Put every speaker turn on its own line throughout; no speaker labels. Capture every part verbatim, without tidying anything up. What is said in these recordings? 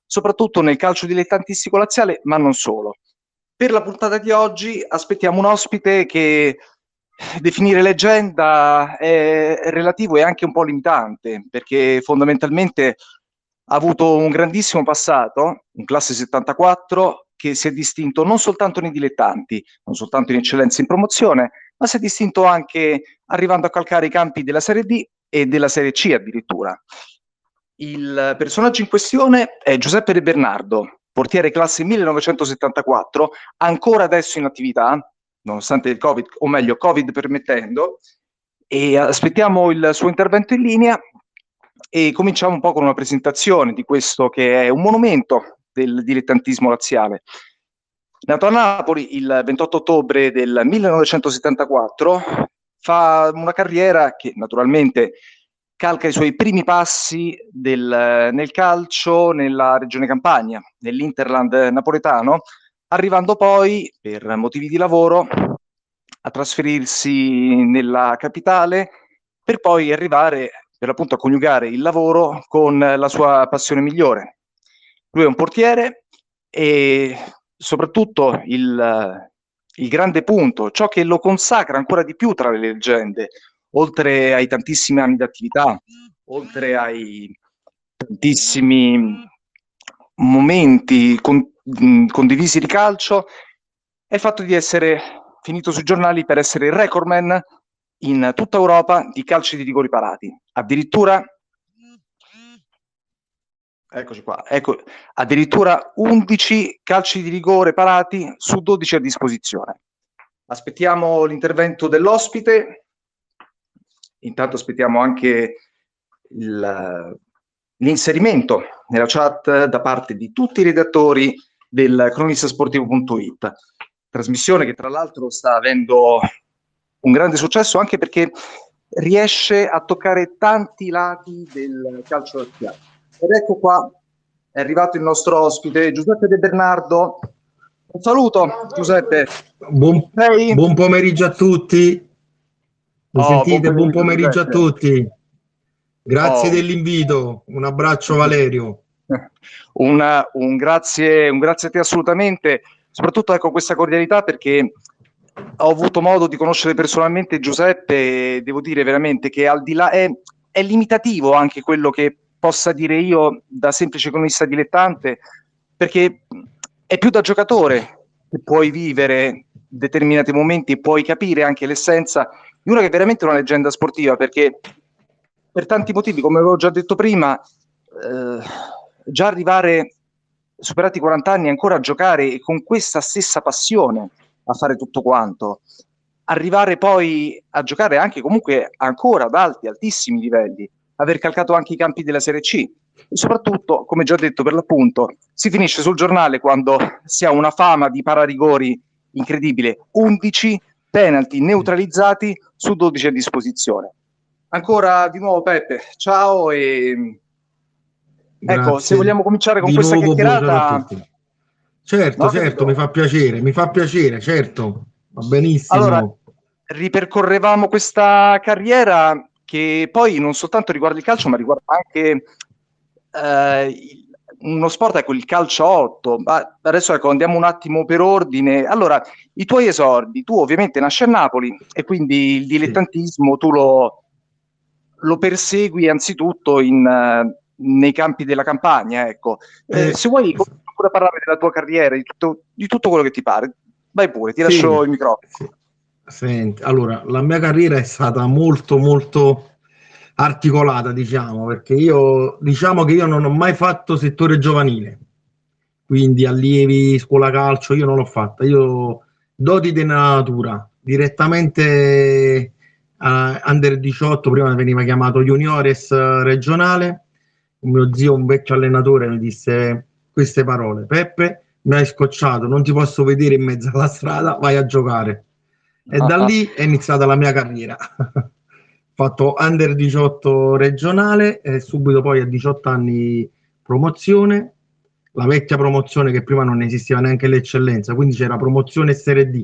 soprattutto nel calcio dilettantistico laziale, ma non solo. Per la puntata di oggi aspettiamo un ospite che definire leggenda è relativo e anche un po' limitante, perché fondamentalmente ha avuto un grandissimo passato, un classe settantaquattro, che si è distinto non soltanto nei dilettanti, non soltanto in eccellenza in promozione, ma si è distinto anche arrivando a calcare i campi della Serie D e della Serie C addirittura. Il personaggio in questione è Giuseppe De Bernardo, portiere classe millenovecentosettantaquattro, ancora adesso in attività, nonostante il Covid, o meglio, Covid permettendo, e aspettiamo il suo intervento in linea e cominciamo un po' con una presentazione di questo che è un monumento del dilettantismo laziale. Nato a Napoli il ventotto ottobre del millenovecentosettantaquattro, fa una carriera che naturalmente calca i suoi primi passi del, nel calcio nella regione Campania, nell'Interland napoletano, arrivando poi, per motivi di lavoro, a trasferirsi nella capitale, per poi arrivare, per l'appunto, a coniugare il lavoro con la sua passione migliore. Lui è un portiere e soprattutto il, il grande punto, ciò che lo consacra ancora di più tra le leggende, oltre ai tantissimi anni di attività, oltre ai tantissimi momenti con, mh, condivisi di calcio, è il fatto di essere finito sui giornali per essere il recordman in tutta Europa di calci di rigori parati. Addirittura, eccoci qua, ecco, addirittura undici calci di rigore parati su dodici a disposizione. Aspettiamo l'intervento dell'ospite. Intanto aspettiamo anche il, l'inserimento nella chat da parte di tutti i redattori del cronistasportivo punto it, trasmissione che tra l'altro sta avendo un grande successo anche perché riesce a toccare tanti lati del calcio laziale. Ed ecco qua, è arrivato il nostro ospite Giuseppe De Bernardo. Un saluto Giuseppe.
Buon, buon pomeriggio a tutti. Mi oh, sentite? Buon pomeriggio, buon pomeriggio a tutti. Grazie oh. dell'invito. Un abbraccio Valerio.
Una, un, grazie, un grazie a te assolutamente, soprattutto ecco questa cordialità perché ho avuto modo di conoscere personalmente Giuseppe e devo dire veramente che al di là è, è limitativo anche quello che possa dire io da semplice cronista dilettante, perché è più da giocatore che puoi vivere determinati momenti e puoi capire anche l'essenza di una che è veramente una leggenda sportiva, perché per tanti motivi, come avevo già detto prima, eh, già arrivare superati i quaranta anni ancora a giocare e con questa stessa passione a fare tutto quanto, arrivare poi a giocare anche comunque ancora ad alti, altissimi livelli, aver calcato anche i campi della Serie C e soprattutto, come già detto per l'appunto, si finisce sul giornale quando si ha una fama di pararigori incredibile, undici penalty neutralizzati su dodici a disposizione. Ancora di nuovo Peppe, ciao e
grazie.
Ecco, se vogliamo cominciare con
di
questa
nuovo,
chiacchierata,
certo, no, certo, mi fa piacere, mi fa piacere, certo, va benissimo.
Allora, ripercorrevamo questa carriera che poi non soltanto riguarda il calcio, ma riguarda anche eh, uno sport, ecco, il calcio otto. Ma adesso ecco, andiamo un attimo per ordine. Allora, i tuoi esordi, tu ovviamente nasci a Napoli e quindi il dilettantismo sì. tu lo, lo persegui anzitutto in, uh, nei campi della campagna, ecco. Eh, eh, se vuoi pure parlare della tua carriera, di tutto, di tutto quello che ti pare, vai pure, ti sì, lascio il microfono.
Sì. Senti, allora, la mia carriera è stata molto, molto articolata, diciamo, perché io, diciamo che io non ho mai fatto settore giovanile, quindi allievi, scuola calcio, io non l'ho fatta, io doti della natura, direttamente uh, under diciotto, prima veniva chiamato juniores regionale, un mio zio, un vecchio allenatore, mi disse queste parole: Peppe, mi hai scocciato, non ti posso vedere in mezzo alla strada, vai a giocare. E da lì è iniziata la mia carriera. Ho fatto under diciotto regionale e subito poi a diciotto anni promozione, la vecchia promozione che prima non esisteva neanche l'eccellenza, quindi c'era promozione Serie D.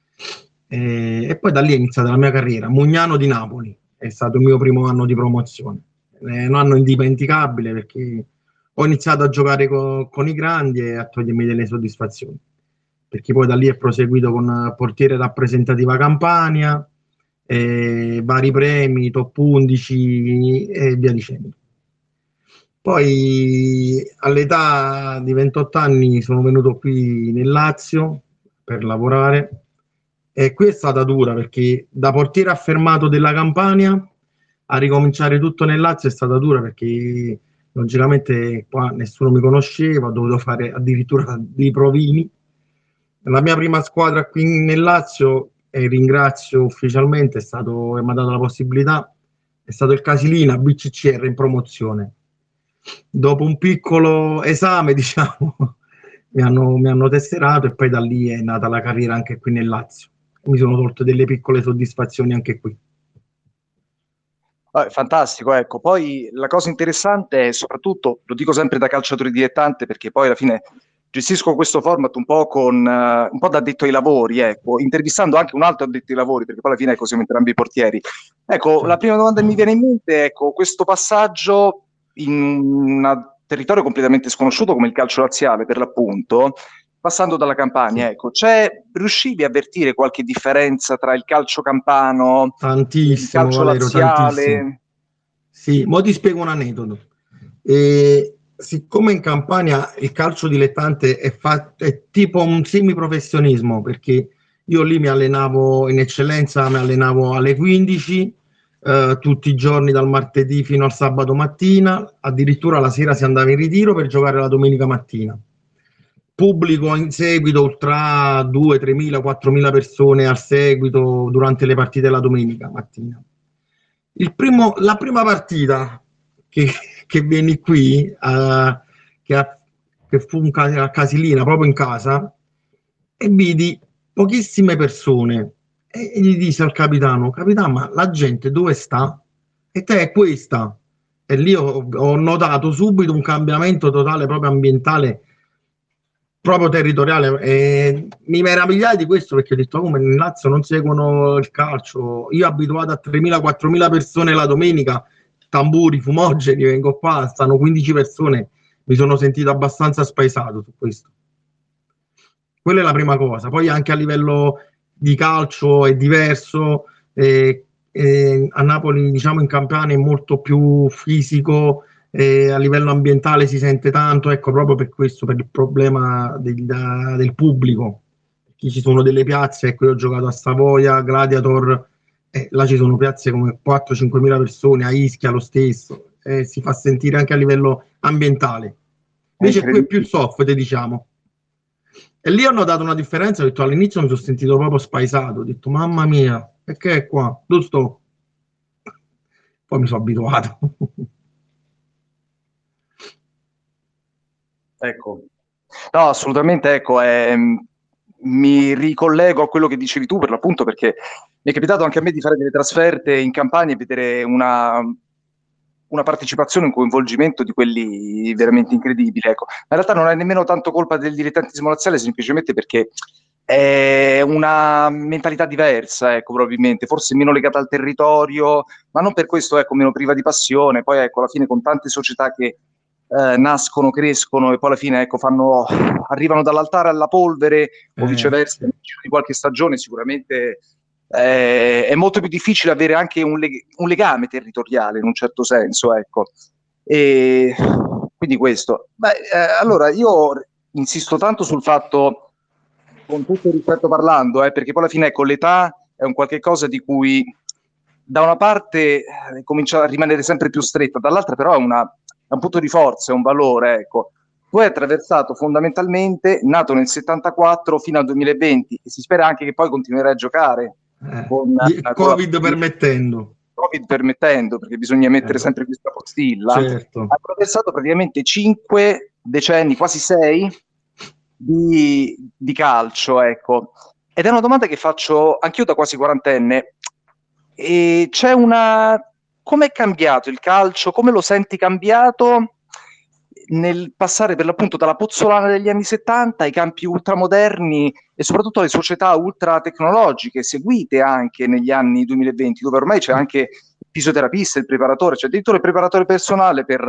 E, e poi da lì è iniziata la mia carriera. Mugnano di Napoli è stato il mio primo anno di promozione. È un anno indimenticabile perché ho iniziato a giocare co- con i grandi e a togliermi delle soddisfazioni, perché poi da lì è proseguito con portiere rappresentativa Campania, eh, vari premi, top undici e via dicendo. Poi all'età di ventotto anni sono venuto qui nel Lazio per lavorare e qui è stata dura perché da portiere affermato della Campania a ricominciare tutto nel Lazio è stata dura perché logicamente qua nessuno mi conosceva, ho dovuto fare addirittura dei provini. La mia prima squadra qui nel Lazio, e ringrazio ufficialmente, è stato, mi ha dato la possibilità, è stato il Casilina B C C R in promozione. Dopo un piccolo esame, diciamo, mi hanno, mi hanno tesserato e poi da lì è nata la carriera anche qui nel Lazio. Mi sono tolto delle piccole soddisfazioni anche qui.
Ah, fantastico, ecco. Poi la cosa interessante è soprattutto, lo dico sempre da calciatore dilettante, perché poi alla fine gestisco questo format un po' con eh, un po' da addetto ai lavori, ecco, intervistando anche un altro addetto ai lavori, perché poi alla fine ecco, siamo entrambi portieri. Ecco, la
Certo.
prima domanda che mi viene in mente è ecco, questo passaggio in un territorio completamente sconosciuto come il calcio laziale, per l'appunto, passando dalla Campania,
Sì.
ecco, c'è, riuscivi a avvertire qualche differenza tra il calcio campano e il
Tantissimo,
calcio
Valerio, tantissimo.
laziale?
Sì, mo ti spiego un aneddoto. E siccome in Campania il calcio dilettante è, fatto, è tipo un semiprofessionismo, perché io lì mi allenavo in eccellenza, mi allenavo alle quindici, eh, tutti i giorni dal martedì fino al sabato mattina, addirittura la sera si andava in ritiro per giocare la domenica mattina. Pubblico in seguito oltre due, tremila, quattromila persone al seguito durante le partite la domenica mattina. Il primo, la prima partita che, che venni qui, uh, che, che fu un, a Casilina, proprio in casa, e vidi pochissime persone e, e gli disse al capitano, capitano, ma la gente dove sta? E te è questa. E lì ho, ho notato subito un cambiamento totale proprio ambientale, proprio territoriale, e mi meravigliai di questo perché ho detto come in Lazio non seguono il calcio, io abituato a tremila quattromila persone la domenica, tamburi, fumogeni, vengo qua, stanno quindici persone, mi sono sentito abbastanza spaesato su questo. Quella è la prima cosa. Poi anche a livello di calcio è diverso, eh, eh, a Napoli diciamo in Campania è molto più fisico, eh, a livello ambientale si sente tanto, ecco proprio per questo, per il problema del, da, del pubblico. Ci sono delle piazze, ecco io ho giocato a Savoia, Gladiator, eh, là ci sono piazze come quattro cinque mila persone, a Ischia lo stesso, eh, si fa sentire anche a livello ambientale.
È
Invece qui è più
incredibile.
soft, diciamo. E lì ho notato una differenza, ho detto all'inizio mi sono sentito proprio spaesato, ho detto mamma mia, e che è qua? Dove sto? Poi mi sono abituato.
Ecco. No, assolutamente, ecco, ehm, mi ricollego a quello che dicevi tu per l'appunto perché mi è capitato anche a me di fare delle trasferte in Campania e vedere una, una partecipazione, un coinvolgimento di quelli veramente incredibili, ecco. Ma in realtà non è nemmeno tanto colpa del dilettantismo laziale, semplicemente perché è una mentalità diversa, ecco, probabilmente, forse meno legata al territorio, ma non per questo, ecco, meno priva di passione. Poi, ecco, alla fine con tante società che eh, nascono, crescono e poi alla fine ecco, fanno, arrivano dall'altare alla polvere o
Eh,
viceversa,
sì.
nel giro di qualche stagione sicuramente eh, è molto più difficile avere anche un, leg- un legame territoriale in un certo senso, ecco. E quindi questo. Beh, eh, allora io insisto tanto sul fatto, con tutto il rispetto parlando, eh, perché poi alla fine ecco, l'età è un qualche cosa di cui da una parte eh, comincia a rimanere sempre più stretta, dall'altra però è, una, è un punto di forza, è un valore, ecco. Tu hai attraversato fondamentalmente, nato nel settantaquattro fino al duemilaventi e si spera anche che poi continuerai a giocare
Eh,
con,
di-
con la
Covid permettendo.
Covid permettendo, perché bisogna mettere
Eh,
sempre questa postilla. Ha
certo.
attraversato praticamente cinque decenni, quasi sei, di, di calcio, ecco. Ed è una domanda che faccio anch'io da quasi quarantenne. E c'è una... Come è cambiato il calcio? Come lo senti cambiato nel passare per l'appunto dalla pozzolana degli anni settanta ai campi ultramoderni e soprattutto alle società ultra tecnologiche seguite anche negli anni duemilaventi, dove ormai c'è anche il fisioterapista, il preparatore, c'è addirittura il preparatore personale per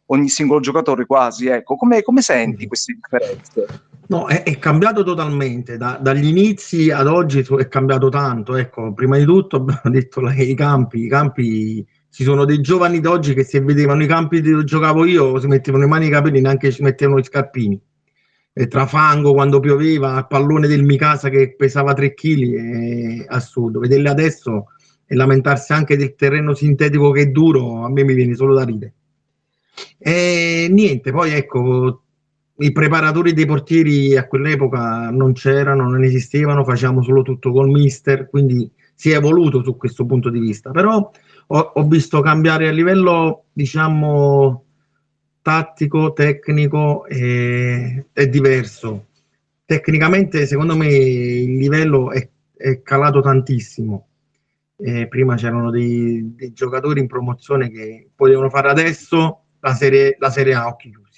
ogni singolo giocatore quasi, ecco. Come, come senti queste differenze?
No, è, è cambiato totalmente, da, dagli inizi ad oggi è cambiato tanto, ecco, prima di tutto abbiamo detto la, i campi, i campi, ci sono dei giovani d'oggi che se vedevano i campi dove giocavo io si mettevano le mani nei capelli, neanche ci mettevano gli scarpini, e tra fango, quando pioveva, il pallone del Mikasa che pesava tre chili, è assurdo, vederli adesso e lamentarsi anche del terreno sintetico che è duro, a me mi viene solo da ridere. E niente, poi ecco, i preparatori dei portieri a quell'epoca non c'erano, non esistevano, facevamo solo tutto col mister, quindi si è evoluto su questo punto di vista. Però ho, ho visto cambiare a livello, diciamo, tattico, tecnico, e, è diverso. Tecnicamente, secondo me, il livello è, è calato tantissimo. Eh, prima c'erano dei, dei giocatori in promozione che potevano fare adesso la serie, la serie A occhi chiusi.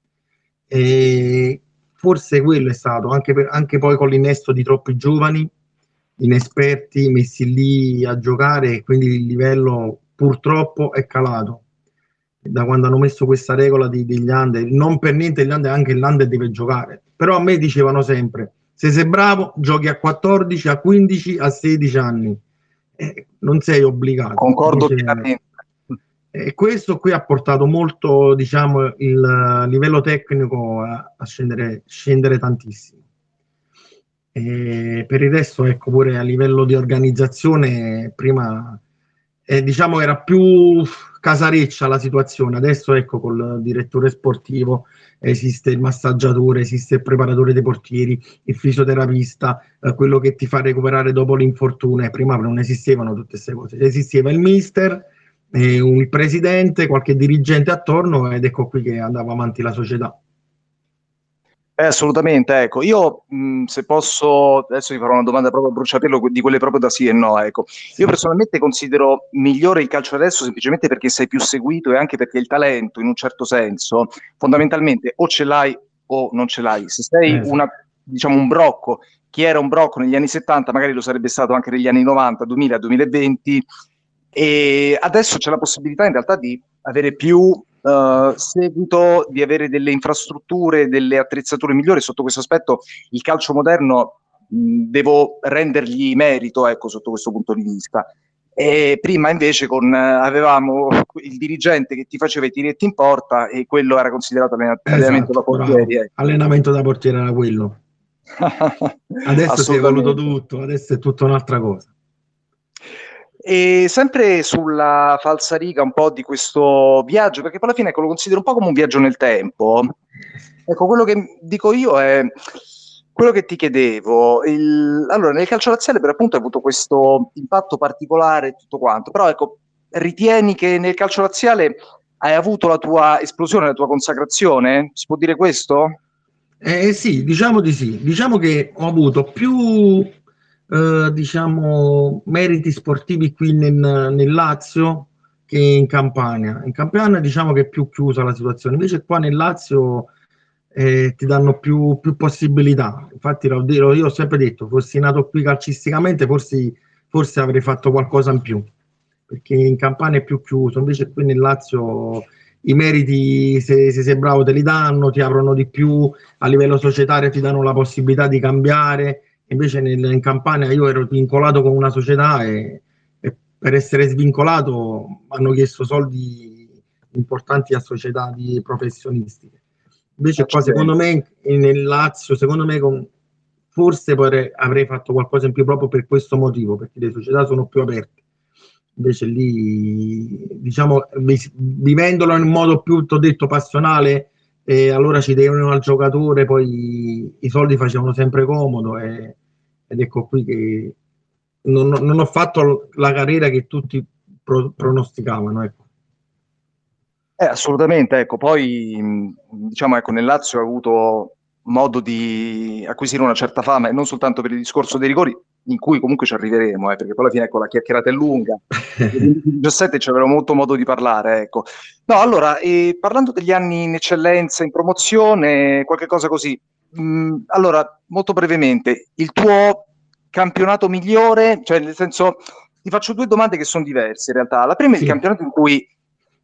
E forse quello è stato, anche, per, anche poi con l'innesto di troppi giovani, inesperti, messi lì a giocare, e quindi il livello purtroppo è calato. Da quando hanno messo questa regola di, degli under, non per niente gli under, anche l'under deve giocare, però a me dicevano sempre, se sei bravo giochi a quattordici, a quindici, a sedici anni, eh, non sei obbligato.
Concordo
Invece,
pienamente.
e questo qui ha portato molto, diciamo, il livello tecnico a, a scendere, scendere tantissimo. E per il resto, ecco, pure a livello di organizzazione, prima eh, diciamo era più casareccia la situazione, adesso ecco col direttore sportivo esiste il massaggiatore, esiste il preparatore dei portieri, il fisioterapista, eh, quello che ti fa recuperare dopo l'infortunio. Prima non esistevano tutte queste cose, esisteva il mister, eh, un presidente, qualche dirigente attorno, ed ecco qui che andava avanti la società.
Eh, assolutamente, ecco, io mh, se posso, adesso vi farò una domanda proprio a bruciapelo, di quelle proprio da sì e no, ecco. Io personalmente considero migliore il calcio adesso semplicemente perché sei più seguito e anche perché il talento, in un certo senso, fondamentalmente o ce l'hai o non ce l'hai. Se sei
Eh, sì.
una, diciamo, un brocco, chi era un brocco negli anni settanta magari lo sarebbe stato anche negli anni novanta, duemila, duemilaventi, e adesso c'è la possibilità in realtà di avere più Uh, seguito, di avere delle infrastrutture, delle attrezzature migliori. Sotto questo aspetto il calcio moderno mh, devo rendergli merito, ecco, sotto questo punto di vista. E prima invece con, uh, avevamo il dirigente che ti faceva i tiretti in porta e quello era considerato allenamento
Esatto,
da portieri, ecco.
allenamento da portiere era quello. Adesso si è evoluto tutto, adesso è tutta un'altra cosa.
E sempre sulla falsariga un po' di questo viaggio, perché poi alla fine ecco, lo considero un po' come un viaggio nel tempo. Ecco, quello che dico io è quello che ti chiedevo. Il... Allora, nel calcio laziale per appunto hai avuto questo impatto particolare e tutto quanto, però ecco, ritieni che nel calcio laziale hai avuto la tua esplosione, la tua consacrazione? Si può dire questo?
Eh sì, diciamo di sì. Diciamo che ho avuto più eh, diciamo meriti sportivi qui nel, nel Lazio che in Campania. In Campania diciamo che è più chiusa la situazione, invece qua nel Lazio eh, ti danno più, più possibilità. Infatti l'ho, io ho sempre detto, fossi nato qui calcisticamente forse, forse avrei fatto qualcosa in più, perché in Campania è più chiuso, invece qui nel Lazio i meriti, se, se sei bravo, te li danno, ti aprono di più, a livello societario ti danno la possibilità di cambiare. Invece nel, in Campania io ero vincolato con una società e, e per essere svincolato hanno chiesto soldi importanti a società di professionisti. Invece qua secondo me nel Lazio, secondo me con, forse poi avrei fatto qualcosa in più proprio per questo motivo, perché le società sono più aperte. Invece lì, diciamo, vivendolo in modo più, t'ho detto, passionale, e allora ci devono al giocatore, poi i soldi facevano sempre comodo, e, ed ecco qui che non, non ho fatto la carriera che tutti pro, pronosticavano, ecco.
Eh, assolutamente, ecco, poi mh, diciamo ecco, nel Lazio ha avuto modo di acquisire una certa fama e non soltanto per il discorso dei rigori, in cui comunque ci arriveremo, eh, perché poi alla fine ecco, la chiacchierata è lunga. Nel duemiladiciassette ci avremo molto modo di parlare, ecco. No, allora, eh, parlando degli anni in eccellenza, in promozione, qualche cosa così. Mh, allora, molto brevemente, il tuo campionato migliore, cioè nel senso, ti faccio due domande che sono diverse in realtà. La prima è il
Sì.
campionato in cui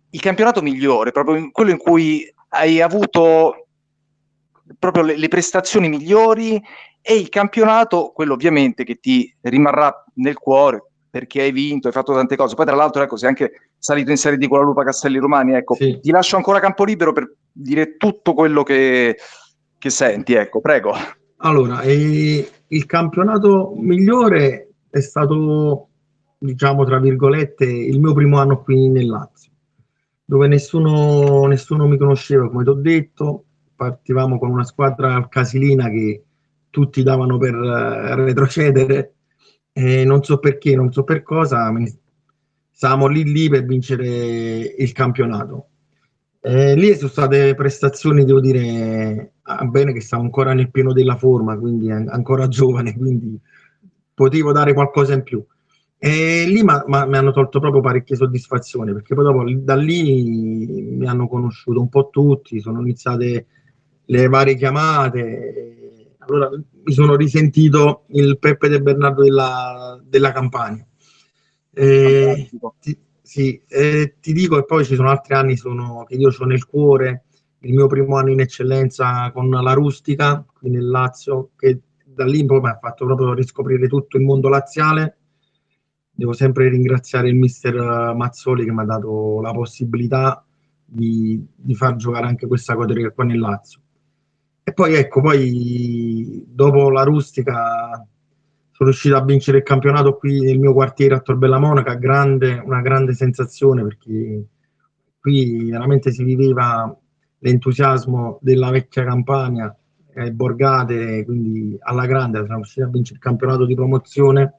il campionato migliore, proprio in- quello in cui hai avuto proprio le, le prestazioni migliori, e il campionato, quello ovviamente che ti rimarrà nel cuore perché hai vinto, hai fatto tante cose. Poi tra l'altro, ecco, sei anche salito in Serie D con la Lupa Castelli Romani, ecco,
Sì.
ti lascio ancora campo libero per dire tutto quello che, che senti, ecco, prego.
Allora, eh, il campionato migliore è stato, diciamo, tra virgolette, il mio primo anno qui nel Lazio, dove nessuno, nessuno mi conosceva, come ti ho detto. Partivamo con una squadra al Casilina che tutti davano per eh, retrocedere, e non so perché, non so per cosa, mi- stavamo lì lì per vincere il campionato. Eh, lì sono state prestazioni, devo dire, ah, bene che stavo ancora nel pieno della forma, quindi an- ancora giovane, quindi potevo dare qualcosa in più. E lì ma- ma- mi hanno tolto proprio parecchie soddisfazioni, perché poi dopo da lì mi hanno conosciuto un po' tutti, sono iniziate le varie chiamate, allora mi sono risentito il Peppe De Bernardo della, della Campania. E
Fantastico.
ti, sì, e ti dico che poi ci sono altri anni sono, che io ho nel cuore, il mio primo anno in eccellenza con la Rustica, qui nel Lazio, che da lì poi mi ha fatto proprio riscoprire tutto il mondo laziale. Devo sempre ringraziare il mister Mazzoli che mi ha dato la possibilità di, di far giocare anche questa categoria qua nel Lazio. E poi ecco, poi dopo la Rustica sono riuscito a vincere il campionato qui nel mio quartiere a Tor Bella Monaca, grande, una grande sensazione perché qui veramente si viveva l'entusiasmo della vecchia Campania, eh, Borgate, quindi alla grande siamo riusciti a vincere il campionato di promozione.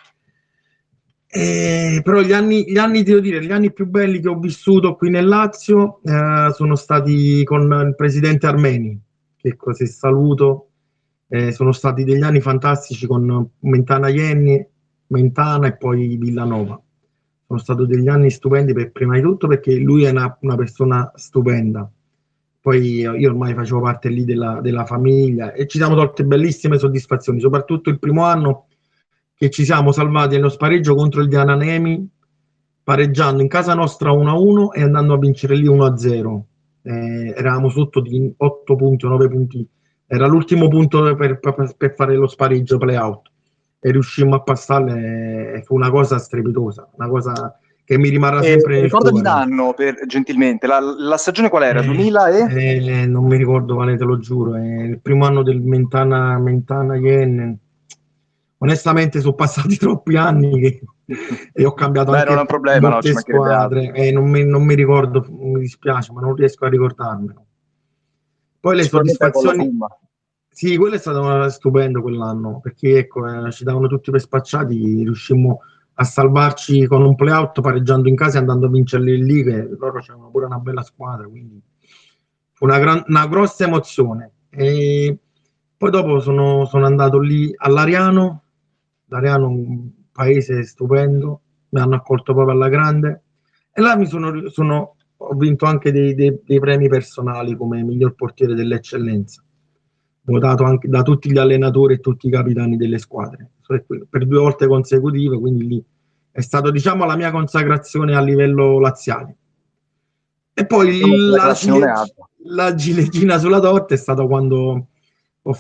Eh, però gli anni, gli anni, devo dire, gli anni più belli che ho vissuto qui nel Lazio eh, sono stati con il presidente Armeni, che così saluto. Eh, sono stati degli anni fantastici con Mentana Ienni, Mentana e poi Villanova. Sono stati degli anni stupendi, per, prima di tutto perché lui è una, una persona stupenda. Poi io, io ormai facevo parte lì della, della famiglia e ci siamo tolte bellissime soddisfazioni, soprattutto il primo anno che ci siamo salvati nello spareggio contro il Diana Nemi, pareggiando in casa nostra uno a uno e andando a vincere lì uno a zero. Eh, eravamo sotto di otto punti o nove punti, era l'ultimo punto per, per, per fare lo spareggio play-out e riuscimmo a passarle, e fu una cosa strepitosa, una cosa che mi rimarrà
E
sempre nel
ricordami
cuore.
l'anno, per, gentilmente, la, la stagione qual era?
Eh,
duemila e?
eh, non mi ricordo quale, te lo giuro, è il primo anno del Mentana, Mentana Yen. Onestamente sono passati troppi anni che, e ho cambiato
Beh, non è un
anche
problema, no, ci
molte
mancherebbe altro.
squadre e non mi, non mi ricordo, mi dispiace, ma non riesco a ricordarmelo. Poi le
Sicuramente con la
soddisfazioni,
Puma.
sì, quello è stato stupendo quell'anno, perché ecco, eh, ci davano tutti per spacciati, riuscimmo a salvarci con un play-out pareggiando in casa e andando a vincerli lì, che loro c'erano pure una bella squadra, quindi fu una, gran, una grossa emozione. E poi dopo sono, sono andato lì all'Ariano, l'Ariano un paese stupendo, mi hanno accolto proprio alla grande e là mi sono, sono ho vinto anche dei, dei, dei premi personali come miglior portiere dell'eccellenza, votato anche da tutti gli allenatori e tutti i capitani delle squadre, per due volte consecutive, quindi lì è stato, diciamo, la mia consacrazione a livello laziale. E
Diciamo che
poi
la
la,
classe non è
cileg-
alta.
la ciliegina sulla torta è stata quando ho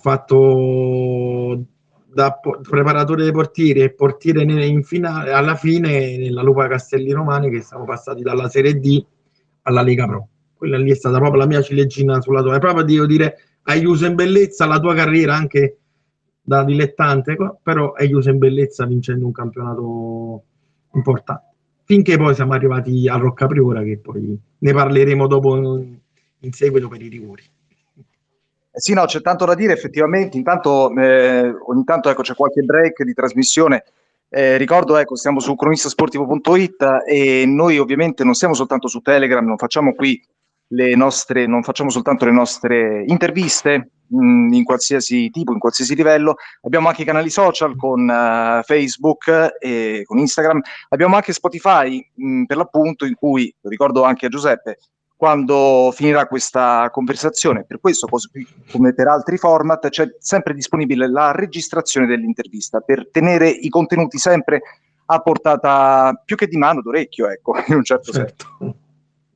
fatto da po- preparatore dei portieri e portiere in finale, alla fine nella Lupa Castelli Romani, che siamo passati dalla Serie D alla Lega Pro. Quella lì è stata proprio la mia ciliegina sulla torta. E proprio devo dire, hai chiuso in bellezza la tua carriera anche da dilettante, però hai chiuso in bellezza vincendo un campionato importante. Finché poi siamo arrivati a Roccapriora, che poi ne parleremo dopo in seguito per i rigori.
Eh sì, no, c'è tanto da dire effettivamente. Intanto, eh, ogni tanto ecco, c'è qualche break di trasmissione. Eh, ricordo, ecco, stiamo su cronistasportivo punto it e noi ovviamente non siamo soltanto su Telegram, non facciamo qui le nostre, non facciamo soltanto le nostre interviste mh, in qualsiasi tipo, in qualsiasi livello. Abbiamo anche i canali social con eh, Facebook e con Instagram. Abbiamo anche Spotify, mh, per l'appunto, in cui, lo ricordo anche a Giuseppe, quando finirà questa conversazione. Per questo, così come per altri format, c'è sempre disponibile la registrazione dell'intervista per tenere i contenuti sempre a portata più che di mano, d'orecchio, ecco, in un certo senso.
Certo.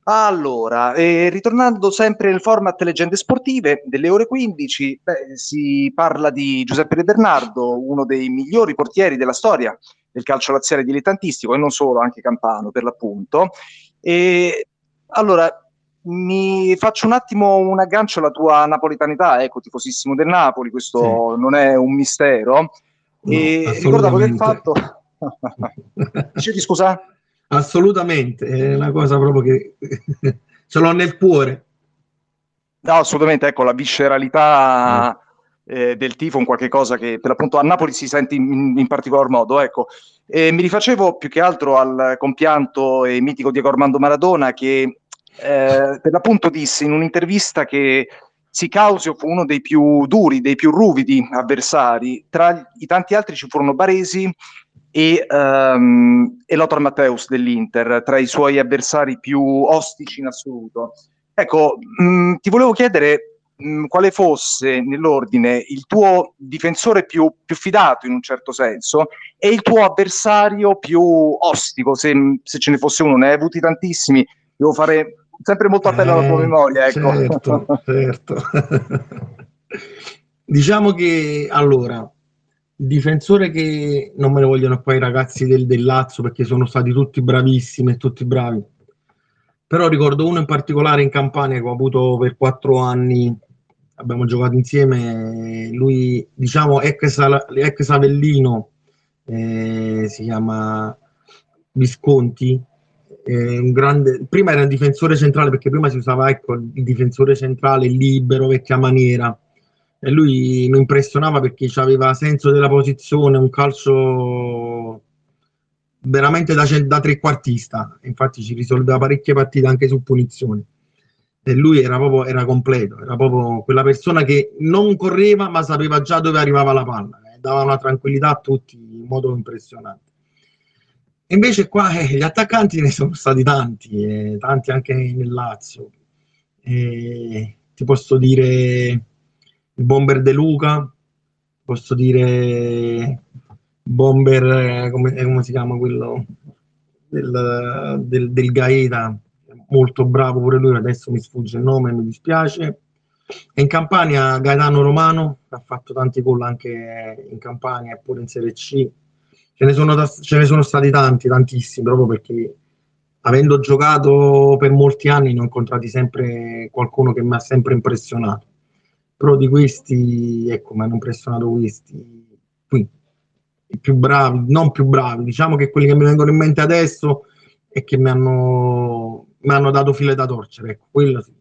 Allora, eh, ritornando sempre nel format Leggende Sportive delle ore quindici, beh, si parla di Giuseppe De Bernardo, uno dei migliori portieri della storia del calcio laziale dilettantistico e non solo, anche campano per l'appunto. E allora mi faccio un attimo un aggancio alla tua napolitanità, ecco, tifosissimo del Napoli,
Sì,
questo non è un mistero.
no,
E ricordavo del
assolutamente.
fatto. Dicevi scusa?
Assolutamente, è una cosa proprio che ce l'ho nel cuore.
No, assolutamente, ecco, la visceralità eh, del tifo, un qualche cosa che per l'appunto a Napoli si sente in, in particolar modo, ecco. E mi rifacevo più che altro al compianto e mitico Diego Armando Maradona che eh, per l'appunto disse in un'intervista che Sicausio fu uno dei più duri, dei più ruvidi avversari. Tra i tanti altri ci furono Baresi e, um, e Lothar Matthäus dell'Inter, tra i suoi avversari più ostici in assoluto. Ecco, mh, ti volevo chiedere mh, quale fosse nell'ordine il tuo difensore più, più fidato in un certo senso e il tuo avversario più ostico, se, se ce ne fosse uno, ne hai avuti tantissimi, devo fare sempre molto appello alla tua
Eh,
memoria, ecco.
certo, certo. Diciamo che allora, il difensore che non me ne vogliono qua i ragazzi del, del Lazio perché sono stati tutti bravissimi e tutti bravi. Però ricordo uno in particolare in Campania che ho avuto per quattro anni, abbiamo giocato insieme, lui diciamo ex, ex Avellino, eh, si chiama Visconti, eh, un grande, prima era un difensore centrale perché prima si usava ecco, il difensore centrale libero, vecchia maniera, e lui mi impressionava perché aveva senso della posizione, un calcio veramente da, da trequartista, infatti ci risolveva parecchie partite anche su punizioni. E lui era proprio era completo, era proprio quella persona che non correva ma sapeva già dove arrivava la palla, eh, dava una tranquillità a tutti in modo impressionante. E invece qua eh, gli attaccanti ne sono stati tanti, eh, tanti anche nel Lazio. Eh, ti posso dire il bomber De Luca, posso dire bomber, eh, come, eh, come si chiama quello del, del, del Gaeta, molto bravo pure lui, adesso mi sfugge il nome, mi dispiace. E in Campania Gaetano Romano, che ha fatto tanti gol anche in Campania e pure in Serie C. Ce ne, sono, ce ne sono stati tanti, tantissimi, proprio perché avendo giocato per molti anni ne ho incontrati sempre qualcuno che mi ha sempre impressionato. Però di questi, ecco, mi hanno impressionato questi qui, i più bravi, non più bravi, diciamo che quelli che mi vengono in mente adesso e che mi hanno, mi hanno dato filo da torcere, ecco, quello sì.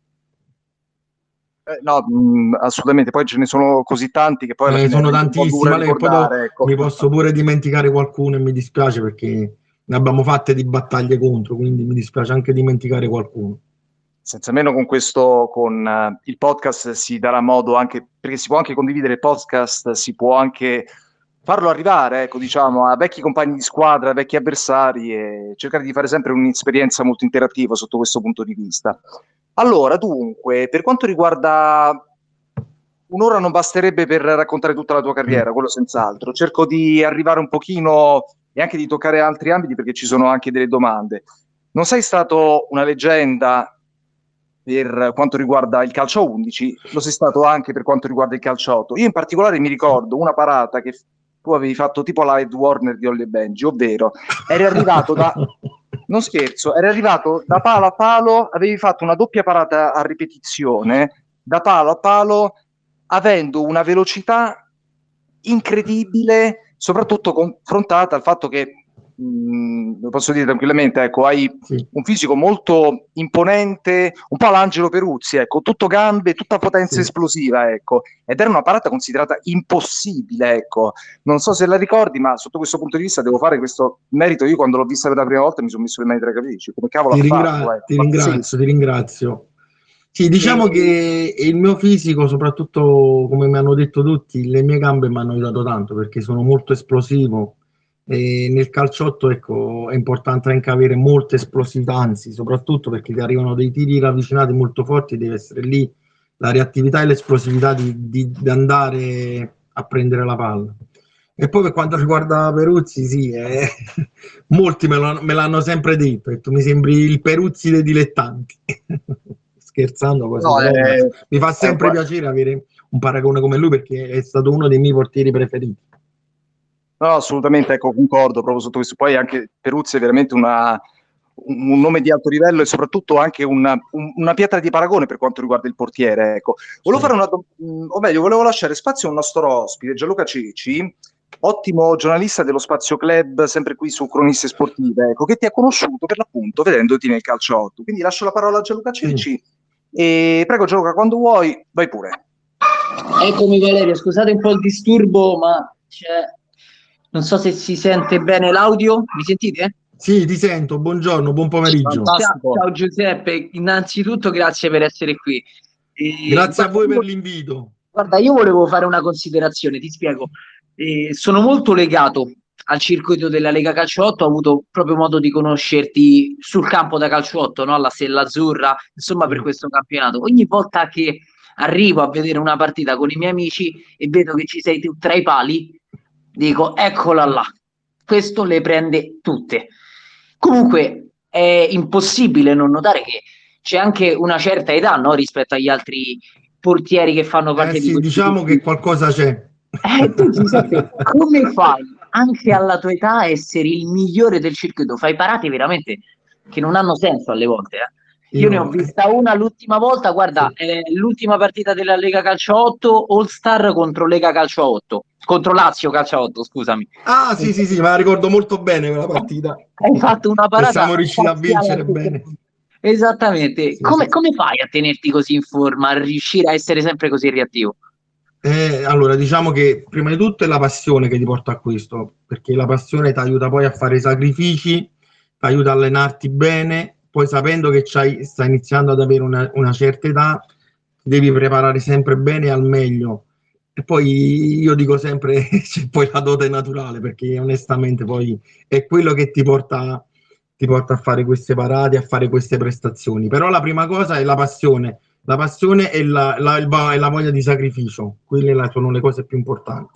Eh, no, mh, assolutamente, poi ce ne sono così tanti che poi alla
Eh,
fine
sono
rende un po' dura
tantissime, poi
ricordare, ecco.
mi posso pure dimenticare qualcuno e mi dispiace perché ne abbiamo fatte di battaglie contro, quindi mi dispiace anche dimenticare qualcuno.
Senza meno con questo, con uh, il podcast si darà modo anche, perché si può anche condividere il podcast, si può anche farlo arrivare, ecco, diciamo, a vecchi compagni di squadra, a vecchi avversari e cercare di fare sempre un'esperienza molto interattiva sotto questo punto di vista. Allora, dunque, per quanto riguarda un'ora non basterebbe per raccontare tutta la tua carriera,
Mm.
quello senz'altro. Cerco di arrivare un pochino e anche di toccare altri ambiti perché ci sono anche delle domande. Non sei stato una leggenda per quanto riguarda il calcio a undici, lo sei stato anche per quanto riguarda il calcio a otto. Io in particolare mi ricordo una parata che tu avevi fatto tipo la Ed Warner di Olle Benji, ovvero eri arrivato da, non scherzo, eri arrivato da palo a palo, avevi fatto una doppia parata a ripetizione, da palo a palo, avendo una velocità incredibile, soprattutto confrontata al fatto che, mh, lo posso dire tranquillamente, ecco, hai
Sì.
un fisico molto imponente, un po' l'Angelo Peruzzi, ecco, tutto gambe, tutta potenza
Sì.
esplosiva, ecco, ed era una parata considerata impossibile, ecco. Non so se la ricordi, ma sotto questo punto di vista devo fare questo merito. Io quando l'ho vista per la prima volta mi sono messo le mani tra i capelli, come cavolo
Ti,
ha fatto,
ringra-
ecco.
ti
Pazzesco.
ringrazio, ti ringrazio. Sì, diciamo
E...
che il mio fisico, soprattutto come mi hanno detto tutti, le mie gambe mi hanno aiutato tanto perché sono molto esplosivo e nel calciotto, ecco, è importante anche avere molta esplosività, anzi, soprattutto perché ti arrivano dei tiri ravvicinati molto forti, deve essere lì la reattività e l'esplosività di, di, di andare a prendere la palla. E poi per quanto riguarda Peruzzi, sì, eh, molti me, lo, me l'hanno sempre detto, detto, mi sembri il Peruzzi dei dilettanti. Scherzando così,
No,
però
è,
mi fa
è un
sempre
po'.
piacere avere un paragone come lui perché è stato uno dei miei portieri preferiti.
No, assolutamente, ecco, concordo proprio sotto questo. Poi anche Peruzzi è veramente una, un, un nome di alto livello e soprattutto anche una, un- una pietra di paragone per quanto riguarda il portiere. Ecco. Volevo fare
Certo.
una dom- mh, o meglio, volevo lasciare spazio a un nostro ospite, Gianluca Ceci, ottimo giornalista dello Spazio Club, sempre qui su Croniste Sportive, ecco, che ti ha conosciuto per l'appunto vedendoti nel calcio otto. Quindi lascio la parola a Gianluca
Sì.
Ceci e prego Gianluca, quando vuoi, vai pure.
Eccomi Valerio, scusate un po' il disturbo, ma c'è... non so se si sente bene l'audio, mi sentite?
Sì, ti sento, buongiorno, buon pomeriggio.
Ciao,
Fantastico.
ciao Giuseppe, innanzitutto grazie per essere qui. E,
Grazie a
guarda,
voi per
io,
l'invito.
guarda, io volevo fare una considerazione, ti spiego. Eh, sono molto legato al circuito della Lega Calcio otto, ho avuto proprio modo di conoscerti sul campo da calcio otto, no? Alla Stella Azzurra, insomma per
Sì.
questo campionato. Ogni volta che arrivo a vedere una partita con i miei amici e vedo che ci sei tu tra i pali, dico eccola là, questo le prende tutte. Comunque è impossibile non notare che c'è anche una certa età, no? Rispetto agli altri portieri che fanno
Eh
parte di
sì,
questi
diciamo che
gruppi.
qualcosa c'è.
Eh, tu Giuseppe, come fai anche alla tua età a essere il migliore del circuito? Fai parate veramente che non hanno senso alle volte. Eh. Io ne ho
Io, eh,
vista una l'ultima volta, guarda,
sì.
eh, l'ultima partita della Lega Calcio otto, All Star contro Lega Calcio otto, contro Lazio Calcio otto, scusami.
Ah, sì, sì, sì, me la ricordo molto bene quella partita.
Hai fatto una
Che
parata
siamo riusciti a
spaziale a
vincere
tutto il
bene.
mondo. Esattamente.
Sì,
Come,
sì.
come fai a tenerti così in forma, a riuscire a essere sempre così reattivo?
Eh, allora, diciamo che prima di tutto è la passione che ti porta a questo, perché la passione ti aiuta poi a fare i sacrifici, ti aiuta a allenarti bene, poi sapendo che c'hai, stai iniziando ad avere una, una certa età, ti devi preparare sempre bene e al meglio. E poi io dico sempre c'è poi la dote naturale, perché onestamente poi è quello che ti porta, ti porta a fare queste parate, a fare queste prestazioni. Però la prima cosa è la passione. La passione e la, la, il va- e la voglia di sacrificio, quelle la- sono le cose più importanti.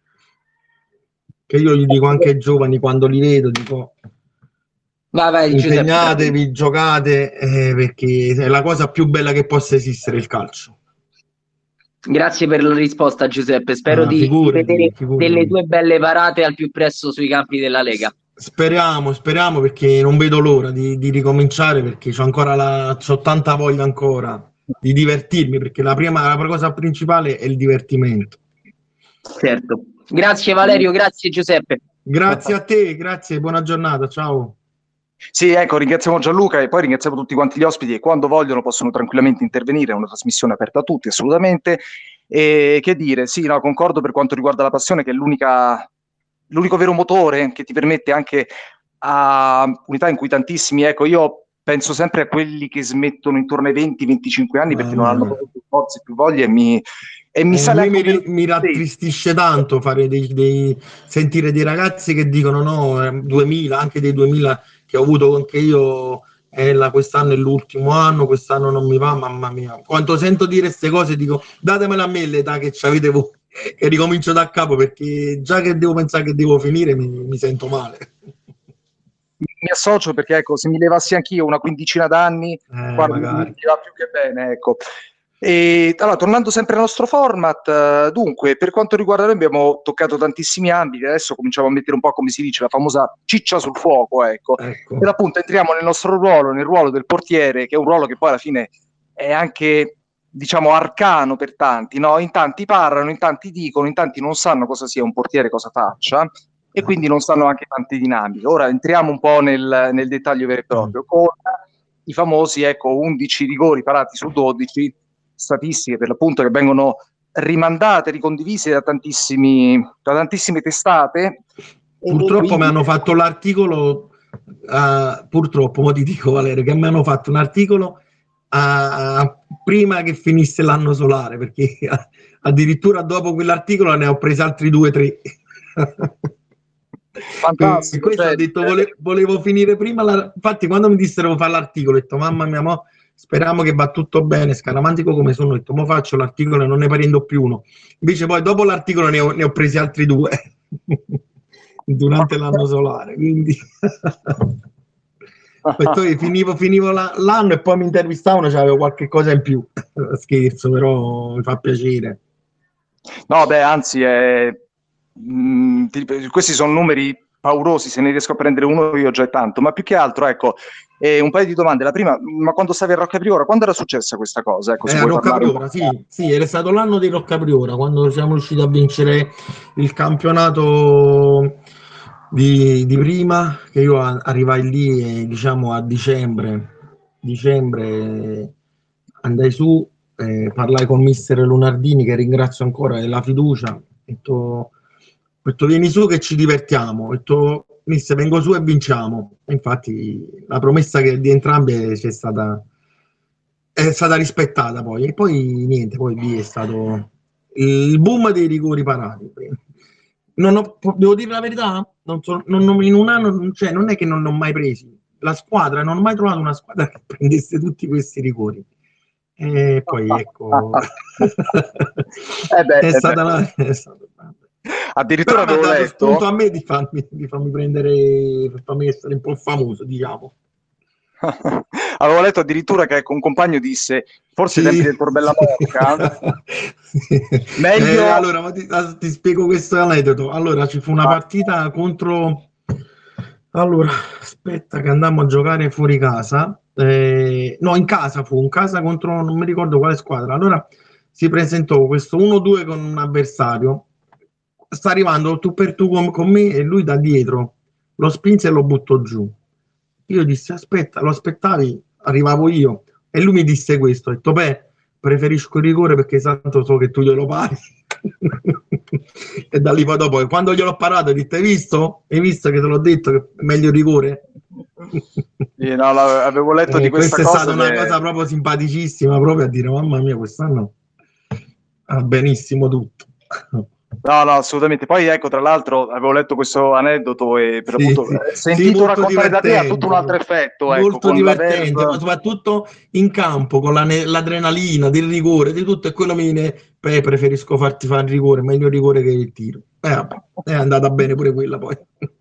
Che io gli dico anche ai giovani quando li vedo, dico
Vai, vai, Giuseppe, tranquillo.
impegnatevi, giocate, eh, perché è la cosa più bella che possa esistere il calcio.
Grazie per la risposta, Giuseppe. Spero
Ah,
di, di vedere
figurati,
delle
figurati.
tue belle parate al più presto sui campi della Lega.
Speriamo, speriamo perché non vedo l'ora di, di ricominciare perché c'ho ancora la, c'ho tanta voglia ancora di divertirmi perché la prima, la prima cosa principale è il divertimento.
Certo. Grazie Valerio, grazie Giuseppe.
Grazie a te, grazie, buona giornata, ciao.
Sì, ecco, ringraziamo Gianluca e poi ringraziamo tutti quanti gli ospiti che quando vogliono possono tranquillamente intervenire, è una trasmissione aperta a tutti, assolutamente. E che dire, sì, no, concordo per quanto riguarda la passione, che è l'unica, l'unico vero motore che ti permette anche a unità in cui tantissimi, ecco, io penso sempre a quelli che smettono intorno ai venti venticinque anni perché non
Mamma
hanno
mia.
proprio più forze, più voglie e mi, e mi
Eh, a
sale
me
anche
mi,
un velo
ri- mi
di
rattristisce tanto fare dei, dei- sentire dei ragazzi che dicono no, eh, duemila, anche dei duemila che ho avuto anche io, eh, la- quest'anno è l'ultimo anno, quest'anno non mi va, mamma mia. Quando sento dire queste cose dico datemela a me l'età che avete voi e ricomincio da capo perché già che devo pensare che devo finire mi, mi sento male.
mi associo perché ecco, se mi levassi anch'io una quindicina d'anni,
Eh,
guarda, mi
magari.
mi va più che bene, ecco. E allora, tornando sempre al nostro format, eh, dunque, per quanto riguarda noi abbiamo toccato tantissimi ambiti, adesso cominciamo a mettere un po', come si dice, la famosa ciccia sul fuoco, ecco.
Ecco.
Per appunto entriamo nel nostro ruolo, nel ruolo del portiere, che è un ruolo che poi alla fine è anche, diciamo, arcano per tanti, no? In tanti parlano, in tanti dicono, in tanti non sanno cosa sia un portiere, cosa faccia, e quindi non sanno anche tante dinamiche. Ora entriamo un po' nel, nel dettaglio vero e proprio, con i famosi, ecco, undici rigori parati su dodici, statistiche per l'appunto che vengono rimandate, ricondivise da, tantissimi, da tantissime testate.
Purtroppo
quindi...
mi hanno fatto l'articolo, uh, purtroppo, mo ti dico Valerio, che mi hanno fatto un articolo uh, prima che finisse l'anno solare, perché addirittura dopo quell'articolo ne ho presi altri due o tre. Per questo
cioè,
ho detto vole, volevo finire prima la, infatti quando mi dissero fare l'articolo ho detto mamma mia mo, speriamo che va tutto bene, scaramantico come sono, ho detto mo faccio l'articolo e non ne prendo più uno, invece poi dopo l'articolo ne ho, ne ho presi altri due. durante l'anno solare, quindi poi finivo, finivo la, l'anno e poi mi intervistavano, c'avevo qualche cosa in più. Scherzo, però mi fa piacere.
No, beh, anzi, è... mh, ti- questi sono numeri paurosi, se ne riesco a prendere uno io già è tanto, ma più che altro, ecco, eh, un paio di domande. La prima, ma quando stavi a Rocca Priora, quando era successa questa cosa? Ecco,
Eh,
se
a
vuoi
Rocca
parlare un
Priora,
po'.
sì, sì, era stato l'anno di Rocca Priora, quando siamo riusciti a vincere il campionato di, di prima, che io a- arrivai lì, eh, diciamo, a dicembre, dicembre eh, andai su, eh, parlai con mister Lunardini, che ringrazio ancora della fiducia, ho detto, ho detto, vieni su che ci divertiamo, ho detto, mister, vengo su e vinciamo. E infatti la promessa che di entrambi c'è stata, è stata rispettata poi, e poi niente, poi lì è stato il boom dei rigori parati. Non ho, devo dire la verità, non so, non, non- in un anno, cioè, non è che non ne ho mai presi. La squadra, non ho mai trovato una squadra che prendesse tutti questi rigori. E poi ecco,
Eh beh,
è
eh beh.
stata la, è stato...
Addirittura
Però mi ha
avevo
dato spunto
letto,
a me di farmi, di farmi prendere, per farmi essere un po' famoso, diciamo.
avevo letto addirittura che ecco, un compagno disse, forse ai
Sì,
tempi del Torbella
sì.
Monica,
Sì. Eh,
meglio...
allora, ma ti, ah, ti spiego questo aneddoto. Allora, ci fu una
Ah,
partita contro... Allora, aspetta che andammo a giocare fuori casa. Eh, no, in casa fu, in casa contro non mi ricordo quale squadra. Allora si presentò questo uno due con un avversario. Sta arrivando tu per tu con, con me e lui da dietro lo spinse e lo buttò giù. Io dissi, aspetta, lo aspettavi? Arrivavo io. E lui mi disse questo, ho detto, beh, preferisco il rigore perché tanto so che tu glielo pari. E da lì poi dopo, quando gliel'ho parato, ho detto, hai visto? Hai visto che te l'ho detto che è meglio il rigore?
sì, no, la- avevo letto di
Eh,
questa
questa è
cosa
stata
ed
una
è...
cosa proprio simpaticissima, proprio a dire, mamma mia, quest'anno va benissimo tutto.
No, no, assolutamente. Poi ecco, tra l'altro, avevo letto questo aneddoto e per
Sì,
l'appunto
sì,
eh,
sì,
sentito
molto
raccontare da te ha tutto un
divertente,
altro effetto, ecco,
molto
con la
divertente, ma
verve.
soprattutto in campo con la ne- l'adrenalina, del rigore, di tutto, e quello mi viene, beh, preferisco farti fare il rigore, meglio il rigore che il tiro. E eh, vabbè, è andata bene pure quella poi.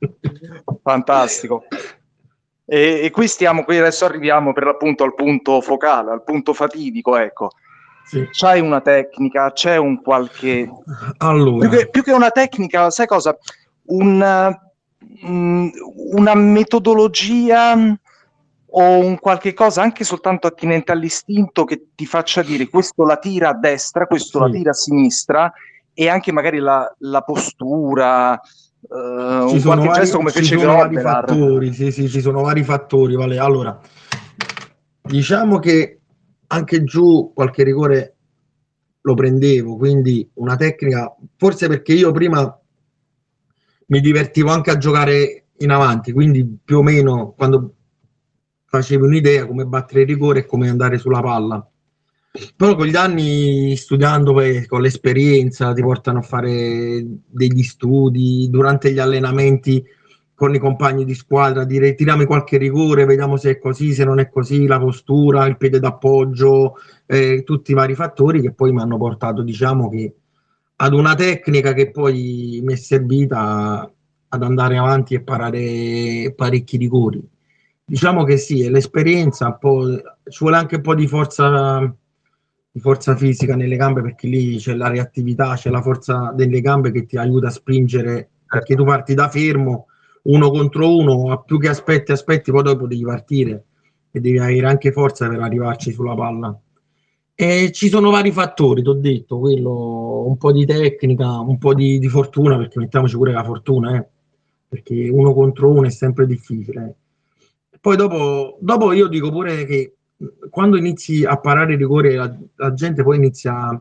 Fantastico. E, e qui stiamo, qui adesso arriviamo per l'appunto al punto focale, al punto fatidico, ecco.
Sì.
C'hai una tecnica, c'è un qualche... Più
Allora,
che, più che una tecnica, sai cosa? Un, mm, una metodologia o un qualche cosa anche soltanto attinente all'istinto che ti faccia dire questo la tira a destra, questo la
sì.
tira a sinistra e anche magari la, la postura, eh,
Ci
un
sono
qualche gesto
vari,
come
ci
fece
sono vari
Grobbelaar.
fattori, sì, sì, ci sono vari fattori, vale. Allora, diciamo che anche giù qualche rigore lo prendevo, quindi una tecnica, forse perché io prima mi divertivo anche a giocare in avanti, quindi più o meno quando facevo un'idea come battere il rigore e come andare sulla palla. Però con gli anni, studiando poi, con l'esperienza, ti portano a fare degli studi durante gli allenamenti con i compagni di squadra, dire tiriamo qualche rigore, vediamo se è così, se non è così, la postura, il piede d'appoggio, eh, tutti i vari fattori che poi mi hanno portato, diciamo, che ad una tecnica che poi mi è servita ad andare avanti e parare parecchi rigori. Diciamo che sì, è l'esperienza, un po', ci vuole anche un po' di forza, di forza fisica nelle gambe perché lì c'è la reattività, c'è la forza delle gambe che ti aiuta a spingere perché tu parti da fermo uno contro uno, più che aspetti, aspetti, poi dopo devi partire e devi avere anche forza per arrivarci sulla palla. E ci sono vari fattori, ti ho detto, quello, un po' di tecnica, un po' di, di fortuna, perché mettiamoci pure la fortuna, eh, perché uno contro uno è sempre difficile. Poi dopo, dopo io dico pure che quando inizi a parare il rigore, la, la gente poi inizia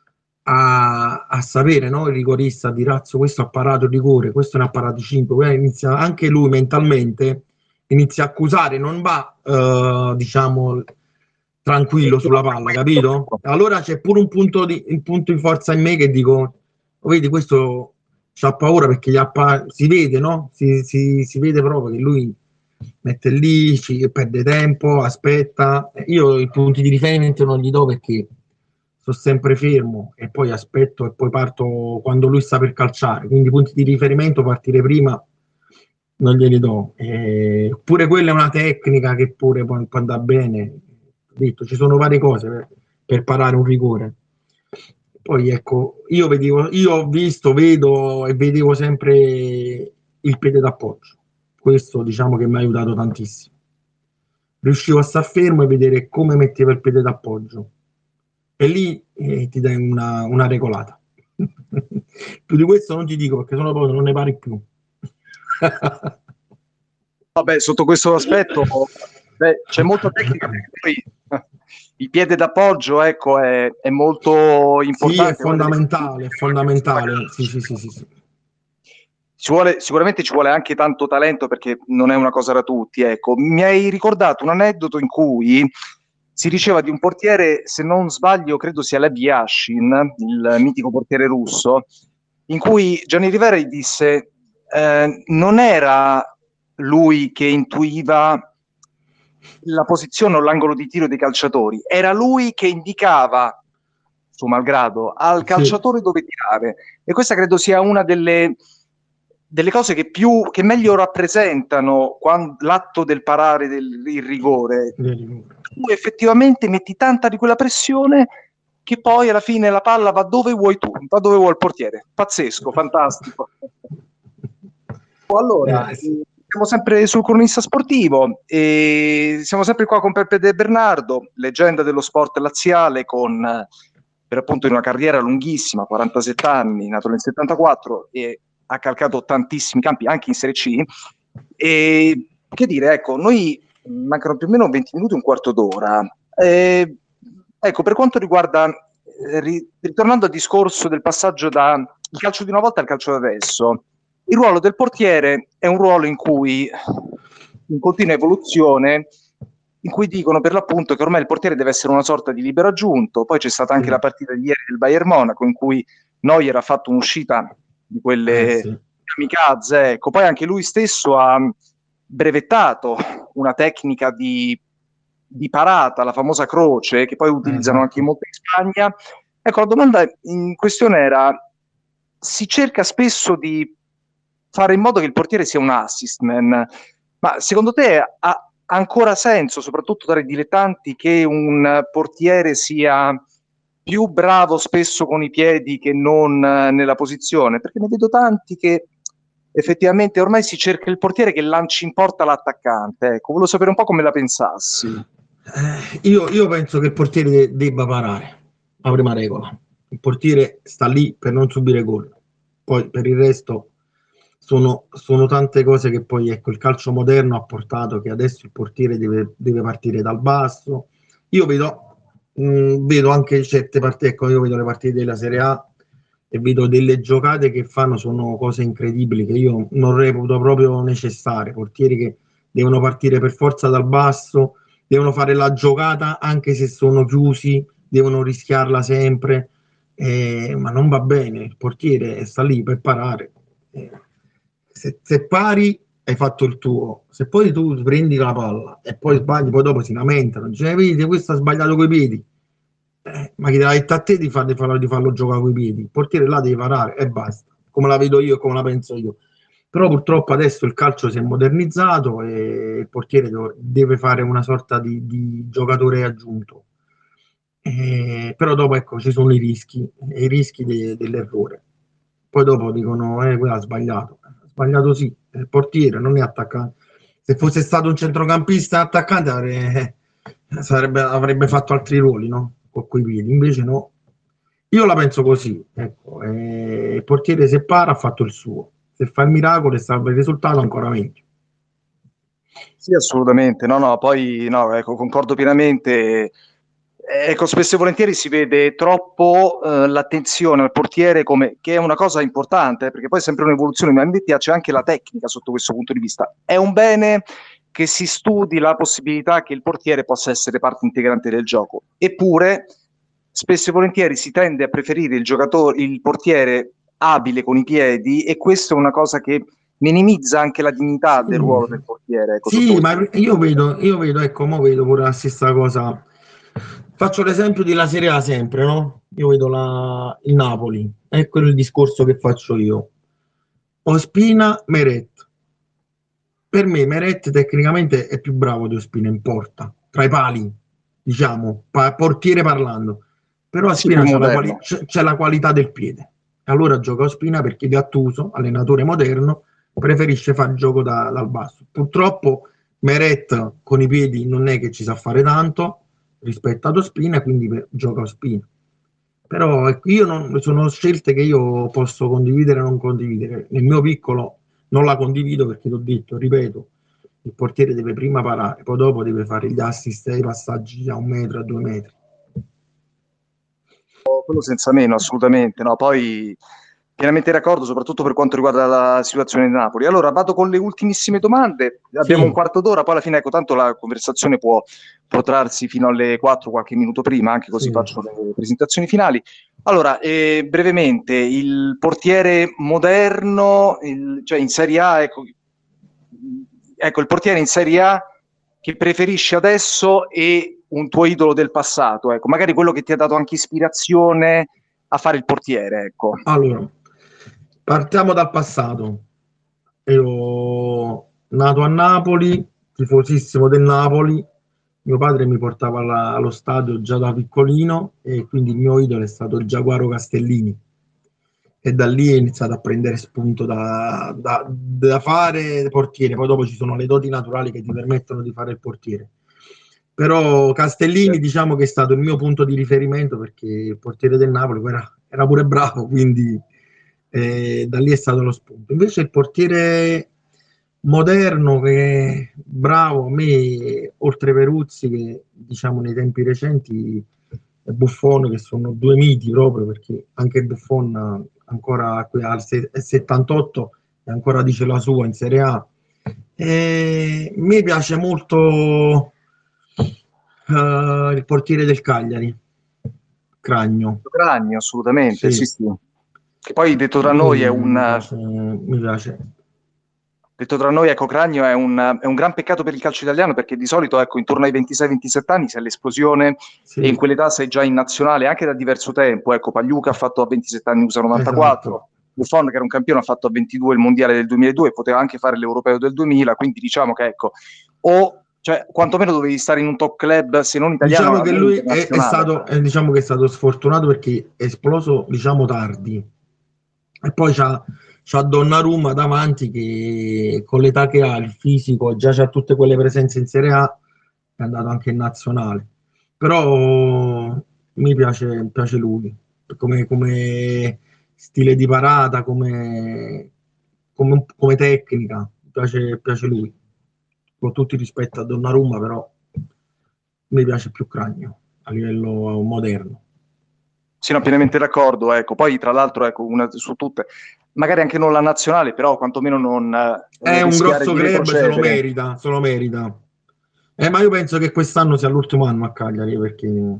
a, a sapere, no? Il rigorista di razzo, questo ha parato il rigore, questo ne ha parati cinque, inizia anche lui mentalmente, inizia a accusare, non va, eh, diciamo, tranquillo sulla palla, capito? Allora c'è pure un punto di, un punto di forza in me che dico, vedi, questo c'ha paura perché gli appa- si vede, no? Si, si, si vede proprio che lui mette lì, ci perde tempo, aspetta. Io i punti di riferimento non gli do perché sto sempre fermo e poi aspetto e poi parto quando lui sta per calciare, quindi punti di riferimento, partire prima non glieli do. Eh, pure quella è una tecnica che pure può, può andare bene. Ho detto, ci sono varie cose per, per parare un rigore. Poi ecco, io vedevo, io ho visto, vedo e vedevo sempre il piede d'appoggio. Questo diciamo che mi ha aiutato tantissimo. Riuscivo a star fermo e vedere come metteva il piede d'appoggio. E lì eh, ti dai una, una regolata. Più di questo non ti dico perché sennò poi non ne pari più.
Vabbè, sotto questo aspetto beh, c'è molta tecnica, perché poi il piede d'appoggio, ecco, è, è molto importante.
Sì, è fondamentale, è fondamentale. Sì, sì, sì, sì, sì.
Ci vuole, sicuramente ci vuole anche tanto talento, perché non è una cosa da tutti. Ecco, mi hai ricordato un aneddoto in cui si diceva di un portiere, se non sbaglio, credo sia Lev Yashin, il mitico portiere russo, in cui Gianni Rivera gli disse eh, non era lui che intuiva la posizione o l'angolo di tiro dei calciatori, era lui che indicava, suo malgrado, al calciatore sì. dove tirare. E questa credo sia una delle, delle cose che più che meglio rappresentano quando, l'atto del parare del, il rigore. Tu effettivamente metti tanta di quella pressione che poi alla fine la palla va dove vuoi tu, va dove vuoi il portiere. Pazzesco, fantastico. Allora, eh, sì. siamo sempre sul cronista sportivo e siamo sempre qua con Peppe De Bernardo, leggenda dello sport laziale, con per appunto una carriera lunghissima, quarantasette anni, nato nel settantaquattro e ha calcato tantissimi campi anche in Serie C. E che dire, ecco, noi mancano più o meno venti minuti, un quarto d'ora. E, ecco, per quanto riguarda, ri, ritornando al discorso del passaggio dal calcio di una volta al calcio da adesso, il ruolo del portiere è un ruolo in cui, in continua evoluzione, in cui dicono per l'appunto che ormai il portiere deve essere una sorta di libero aggiunto. Poi c'è stata anche sì. la partita di ieri del Bayern Monaco, in cui Neuer ha fatto un'uscita di quelle eh, sì. kamikaze, ecco. Poi anche lui stesso ha brevettato una tecnica di, di parata, la famosa croce, che poi utilizzano esatto. anche molto in Spagna. Ecco, la domanda in questione era: si cerca spesso di fare in modo che il portiere sia un assist man, ma secondo te ha, ha ancora senso, soprattutto tra i dilettanti, che un portiere sia più bravo spesso con i piedi che non eh, nella posizione? Perché ne vedo tanti che effettivamente ormai si cerca il portiere che lanci in porta l'attaccante. Ecco, volevo sapere un po' come la pensassi.
Eh, io, io penso che il portiere de- debba parare, la prima regola. Il portiere sta lì per non subire gol, poi per il resto sono, sono tante cose che poi ecco il calcio moderno ha portato, che adesso il portiere deve, deve partire dal basso. Io vedo, mh, vedo anche certe partite, ecco, io vedo le partite della Serie A e vedo delle giocate che fanno, sono cose incredibili che io non reputo proprio necessarie. Portieri che devono partire per forza dal basso, devono fare la giocata anche se sono chiusi, devono rischiarla sempre, eh, ma non va bene. Il portiere sta lì per parare. Eh, se, se pari hai fatto il tuo, se poi tu prendi la palla e poi sbagli, poi dopo si lamentano, dice, vedi, questo ha sbagliato coi piedi. Eh, ma chi te l'ha detto a te di, far, di, farlo, di farlo giocare coi piedi? Il portiere là deve parare e basta, come la vedo io e come la penso io. Però purtroppo adesso il calcio si è modernizzato e il portiere deve fare una sorta di, di giocatore aggiunto. Eh, però dopo ecco ci sono i rischi, i rischi de, dell'errore. Poi dopo dicono, eh, quello ha sbagliato. Ha sbagliato sì, il portiere non è attaccante. Se fosse stato un centrocampista attaccante avrebbe, sarebbe, avrebbe fatto altri ruoli, no? Con quei piedi. Invece no. Io la penso così. Ecco, eh, il portiere se para ha fatto il suo. Se fa il miracolo e salva il risultato ancora meglio.
Sì, assolutamente. No, no, poi no, ecco, concordo pienamente. Ecco, spesso e volentieri si vede troppo eh, l'attenzione al portiere, come, che è una cosa importante, eh, perché poi è sempre un'evoluzione, ma a me piace anche la tecnica sotto questo punto di vista. È un bene che si studi la possibilità che il portiere possa essere parte integrante del gioco. Eppure, spesso e volentieri si tende a preferire il giocatore, il portiere abile con i piedi, e questa è una cosa che minimizza anche la dignità del ruolo del portiere. Ecco,
sì, ma io vedo, io vedo, ecco, mo vedo pure la stessa cosa faccio l'esempio della Serie A sempre, no? Io vedo la, il Napoli, ecco il discorso che faccio io. Ospina, Meret. Per me Meret tecnicamente è più bravo di Ospina in porta, tra i pali, diciamo, pa- portiere parlando. Però
Sì, più
Ospina c'ha la, quali-
moderno.
c'è c'è la qualità del piede. Allora gioca Ospina perché Gattuso, allenatore moderno, preferisce fare il gioco da- dal basso. Purtroppo Meret con i piedi non è che ci sa fare tanto rispetto ad Ospina, quindi per- gioca Ospina. Però ecco, io non, sono scelte che io posso condividere o non condividere. Nel mio piccolo non la condivido perché ti ho detto, ripeto, il portiere deve prima parare, poi dopo deve fare gli assist e i passaggi a un metro, a due metri.
Quello senza meno, assolutamente, no? Poi pienamente d'accordo, soprattutto per quanto riguarda la situazione di Napoli. Allora, vado con le ultimissime domande. Abbiamo un
Sì,
quarto d'ora, poi alla fine, ecco, tanto la conversazione può protrarsi fino alle quattro, qualche minuto prima, anche così
sì.
faccio le presentazioni finali. Allora, eh, brevemente, il portiere moderno, il- cioè in Serie A, ecco, ecco, il portiere in Serie A che preferisci adesso e un tuo idolo del passato, ecco, magari quello che ti ha dato anche ispirazione a fare il portiere, ecco.
Allora, partiamo dal passato. Io nato a Napoli, tifosissimo del Napoli, mio padre mi portava alla- allo stadio già da piccolino e quindi il mio idolo è stato il Giaguaro Castellini. E da lì ho iniziato a prendere spunto da, da, da fare portiere. Poi dopo ci sono le doti naturali che ti permettono di fare il portiere. Però Castellini diciamo che è stato il mio punto di riferimento perché il portiere del Napoli era, era pure bravo, quindi eh, da lì è stato lo spunto. Invece il portiere moderno che è bravo, a me, oltre Peruzzi, che diciamo nei tempi recenti, e Buffon, che sono due miti proprio, perché anche Buffon ancora al settantotto e ancora dice la sua in Serie A. E mi piace molto uh, il portiere del Cagliari, Cragno.
Cragno, assolutamente, sì,
Sì,
sì. Che poi detto tra noi è
lui mi
un
piace, mi piace.
detto tra noi, ecco, Cragno è un, è un gran peccato per il calcio italiano perché di solito, ecco, intorno ai ventisei ventisette anni sei all'esplosione e in
Sì,
quell'età sei già in nazionale anche da diverso tempo. Ecco, Pagliuca ha fatto a ventisette anni U S A
esatto.
novantaquattro, Buffon che era un campione ha fatto a ventidue il mondiale del duemiladue e poteva anche fare l'europeo del duemila, quindi diciamo che ecco, o cioè quantomeno dovevi stare in un top club, se non italiano,
Diciamo che
almeno
lui è, è
internazionale.
stato, eh, diciamo che è stato sfortunato perché è esploso, diciamo, tardi. E poi c'ha, c'ha Donnarumma davanti che con l'età che ha, il fisico, già c'ha tutte quelle presenze in Serie A, è andato anche in nazionale. Però mi piace, mi piace lui, come, come stile di parata, come, come, come tecnica, mi piace, piace lui. Con tutto il rispetto a Donnarumma, però mi piace più Cragno a livello moderno.
Sono pienamente d'accordo, ecco. Poi tra l'altro, ecco, una su tutte, magari anche non la nazionale, però quantomeno non
È
eh,
un
rischiare
grosso
di
club, se lo
retrocedere.
merita, se lo merita. Eh, ma io penso che quest'anno sia l'ultimo anno a Cagliari perché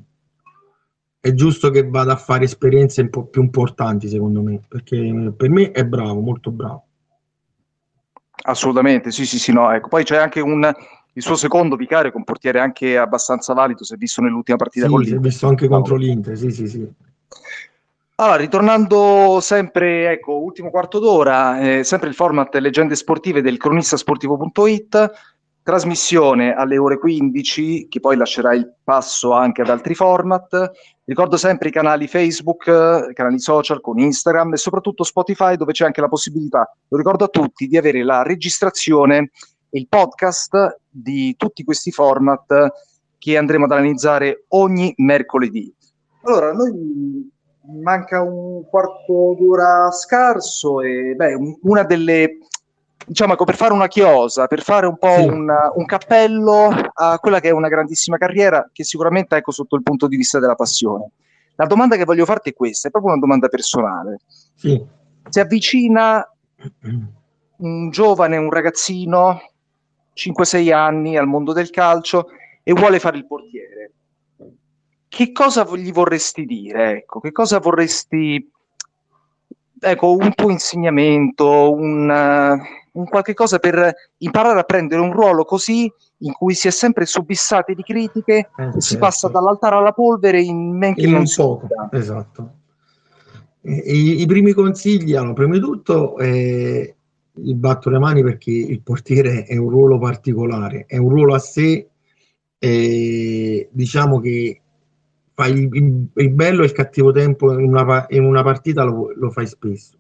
è giusto che vada a fare esperienze un po' più importanti, secondo me, perché per me è bravo, molto bravo.
Assolutamente, sì, sì, sì, no, ecco. Poi c'è anche un, il suo secondo vicario, con portiere anche abbastanza valido, si è visto nell'ultima partita con
Sì, si è
l'Inter.
visto anche contro
Paolo.
l'Inter, sì, sì, sì.
Allora, ritornando sempre, ecco, ultimo quarto d'ora, eh, sempre il format Leggende sportive del cronistasportivo punto it, trasmissione alle ore quindici, che poi lascerà il passo anche ad altri format. Ricordo sempre i canali Facebook, eh, i canali social con Instagram e soprattutto Spotify, dove c'è anche la possibilità, lo ricordo a tutti, di avere la registrazione e il podcast di tutti questi format che andremo ad analizzare ogni mercoledì. Allora, noi manca un quarto d'ora scarso e beh, un- una delle, diciamo, ecco, per fare una chiosa, per fare un po'
Sì,
un, un cappello a quella che è una grandissima carriera che sicuramente, ecco, sotto il punto di vista della passione. La domanda che voglio farti è questa, è proprio una domanda personale.
sì.
Si avvicina un giovane, un ragazzino, cinque sei anni al mondo del calcio e vuole fare il portiere. Che cosa gli vorresti dire? Ecco, che cosa vorresti, ecco, un tuo insegnamento, un, uh, un qualche cosa per imparare a prendere un ruolo così in cui si è sempre subissati di critiche
Eh,
e si
certo.
passa dall'altare alla polvere in men che
In
non
un
si
poco,
dica.
esatto. E- I, i primi consigli, allora, prima di tutto, eh, gli batto le mani perché il portiere è un ruolo particolare, è un ruolo a sé, eh, diciamo che fai il, il- il bello e il cattivo tempo in una, pa- in una partita lo, lo fai spesso.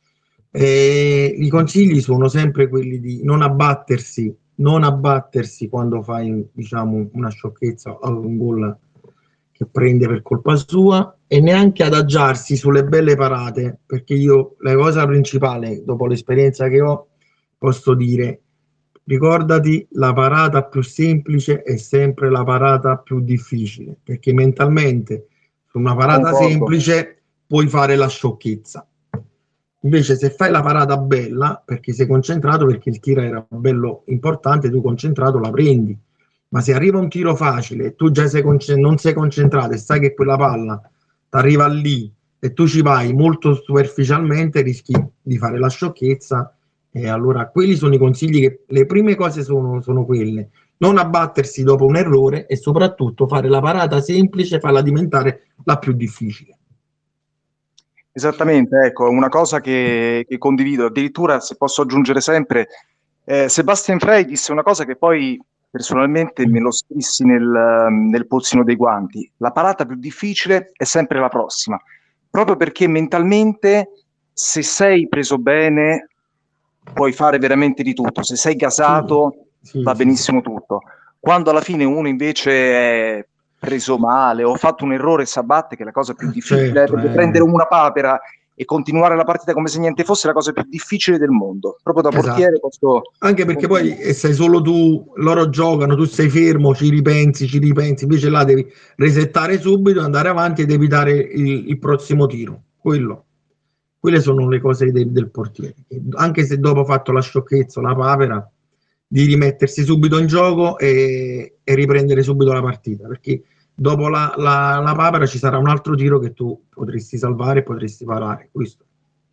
Eh, i consigli sono sempre quelli di non abbattersi, non abbattersi quando fai, diciamo, una sciocchezza o un gol che prende per colpa sua, e neanche adagiarsi sulle belle parate, perché io la cosa principale, dopo l'esperienza che ho, posso dire: ricordati, la parata più semplice è sempre la parata più difficile, perché mentalmente su una parata
Concordo.
semplice puoi fare la sciocchezza. Invece se fai la parata bella, perché sei concentrato, perché il tiro era bello importante, tu concentrato la prendi. Ma se arriva un tiro facile e tu già sei concent- non sei concentrato e sai che quella palla ti arriva lì e tu ci vai molto superficialmente, rischi di fare la sciocchezza. E allora quelli sono i consigli, che le prime cose sono, sono quelle: non abbattersi dopo un errore e soprattutto fare la parata semplice, farla diventare la più difficile.
Esattamente, ecco, una cosa che, che condivido, addirittura se posso aggiungere sempre, eh, Sebastian Frey disse una cosa che poi personalmente me lo scrissi nel, nel polsino dei guanti: la parata più difficile è sempre la prossima, proprio perché mentalmente, se sei preso bene, puoi fare veramente di tutto, se sei
Sì,
gasato
sì,
va
sì, sì.
benissimo tutto. Quando alla fine uno invece è preso male o ha fatto un errore e si abbatte, che è la cosa più difficile, eh,
Certo,
perché
eh,
prendere una papera e continuare la partita come se niente fosse è la cosa più difficile del mondo. Proprio da portiere
esatto.
posso
Anche perché poi
condividere.
eh, sei solo tu, loro giocano, tu sei fermo, ci ripensi, ci ripensi, invece là devi resettare subito, andare avanti ed evitare il, il prossimo tiro. Quello. Quelle sono le cose del, del portiere. Anche se dopo ha fatto la sciocchezza, la papera, di rimettersi subito in gioco e, e riprendere subito la partita, perché dopo la, la, la papera ci sarà un altro tiro che tu potresti salvare e potresti parare. Questo.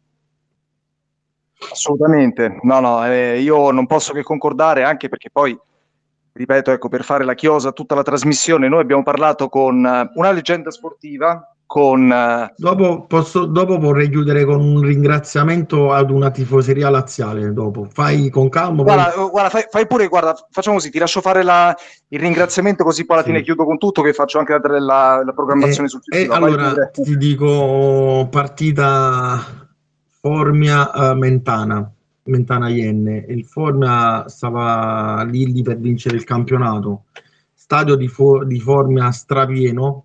Assolutamente, no, no, eh, io non posso che concordare, anche perché poi, ripeto, ecco, per fare la chiosa a tutta la trasmissione, noi abbiamo parlato con eh, una leggenda sportiva, con... eh,
Dopo, posso, dopo vorrei chiudere con un ringraziamento ad una tifoseria laziale. Dopo, fai con calma, poi
guarda, eh, guarda, fai, fai pure, guarda, facciamo così, ti lascio fare la- il ringraziamento, così poi alla fine
sì.
chiudo con tutto, che faccio anche la, la- la programmazione
E, e
successiva. Vai
allora
pure.
ti dico partita Formia eh, Mentana, Mentana Ienne. Il Formia stava lì, lì per vincere il campionato. Stadio di, Fo- di Formia strapieno.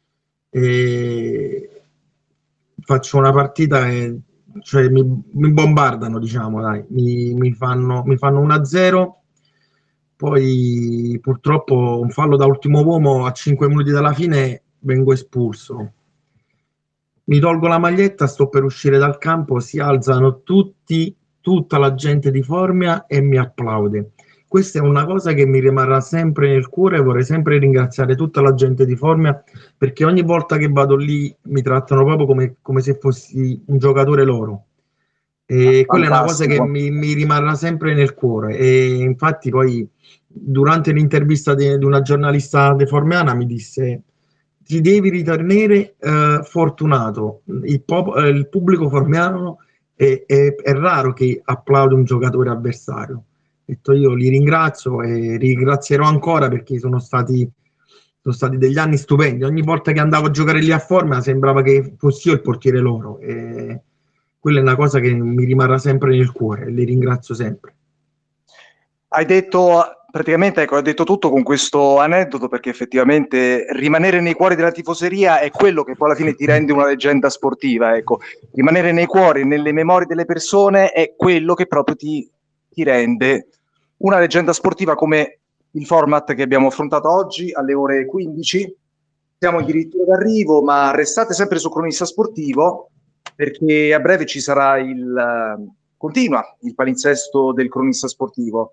E faccio una partita e cioè, mi, mi bombardano, diciamo, dai, mi, mi fanno, mi fanno uno a zero. Poi purtroppo un fallo da ultimo uomo a cinque minuti dalla fine, vengo espulso. Mi tolgo la maglietta, sto per uscire dal campo, si alzano tutti, tutta la gente di Formia e mi applaude. Questa è una cosa che mi rimarrà sempre nel cuore. Vorrei sempre ringraziare tutta la gente di Formia, perché ogni volta che vado lì mi trattano proprio come, come se fossi un giocatore loro. E quella è una cosa che
Fantastico.
mi, mi rimarrà sempre nel cuore. E infatti poi durante l'intervista di una giornalista deformiana mi disse: ti devi ritenere eh, fortunato, il, pop- eh, il pubblico formiano è, è, è raro che applaude un giocatore avversario. Ho detto, io li ringrazio e ringrazierò ancora, perché sono stati, sono stati degli anni stupendi. Ogni volta che andavo a giocare lì a Formia sembrava che fossi io il portiere loro, e quella è una cosa che mi rimarrà sempre nel cuore e li ringrazio sempre.
Hai detto praticamente, ecco, hai detto tutto con questo aneddoto, perché effettivamente rimanere nei cuori della tifoseria è quello che poi alla fine ti rende una leggenda sportiva, ecco. Rimanere nei cuori, nelle memorie delle persone è quello che proprio ti, ti rende una leggenda sportiva, come il format che abbiamo affrontato oggi alle ore quindici. Siamo addirittura d'arrivo, ma restate sempre su Cronista Sportivo, perché a breve ci sarà il... eh, continua il palinsesto del Cronista Sportivo.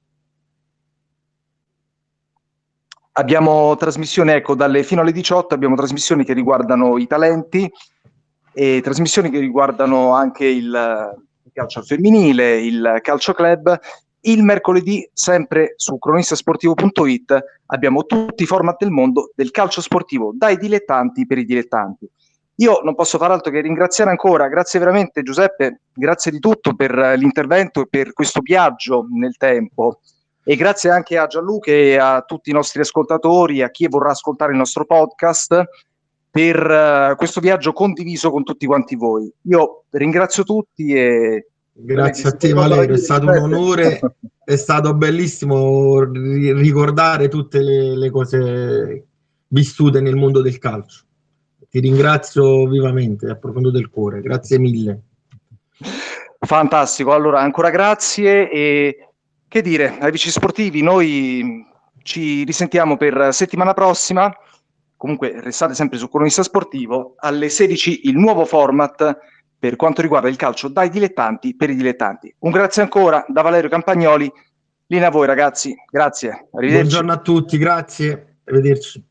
Abbiamo trasmissioni, ecco, dalle fino alle diciotto abbiamo trasmissioni che riguardano i talenti e trasmissioni che riguardano anche il, il calcio al femminile, il calcio club, Il mercoledì, sempre su cronistasportivo punto it, abbiamo tutti i format del mondo del calcio sportivo, dai dilettanti per i dilettanti. Io non posso far altro che ringraziare ancora, grazie veramente Giuseppe, grazie di tutto per l'intervento e per questo viaggio nel tempo, e grazie anche a Gianluca e a tutti i nostri ascoltatori, a chi vorrà ascoltare il nostro podcast, per uh, questo viaggio condiviso con tutti quanti voi. Io ringrazio tutti e...
Grazie a te Valerio, è stato un onore, è stato bellissimo ricordare tutte le, le cose vissute nel mondo del calcio. Ti ringrazio vivamente, dal profondo del cuore, grazie mille.
Fantastico, allora ancora grazie e che dire, ai vici sportivi, noi ci risentiamo per settimana prossima, comunque restate sempre su Cronista Sportivo, alle sedici il nuovo format per quanto riguarda il calcio dai dilettanti per i dilettanti. Un grazie ancora da Valerio Campagnoli, linea a voi ragazzi, grazie, arrivederci.
Buongiorno a tutti, grazie, arrivederci.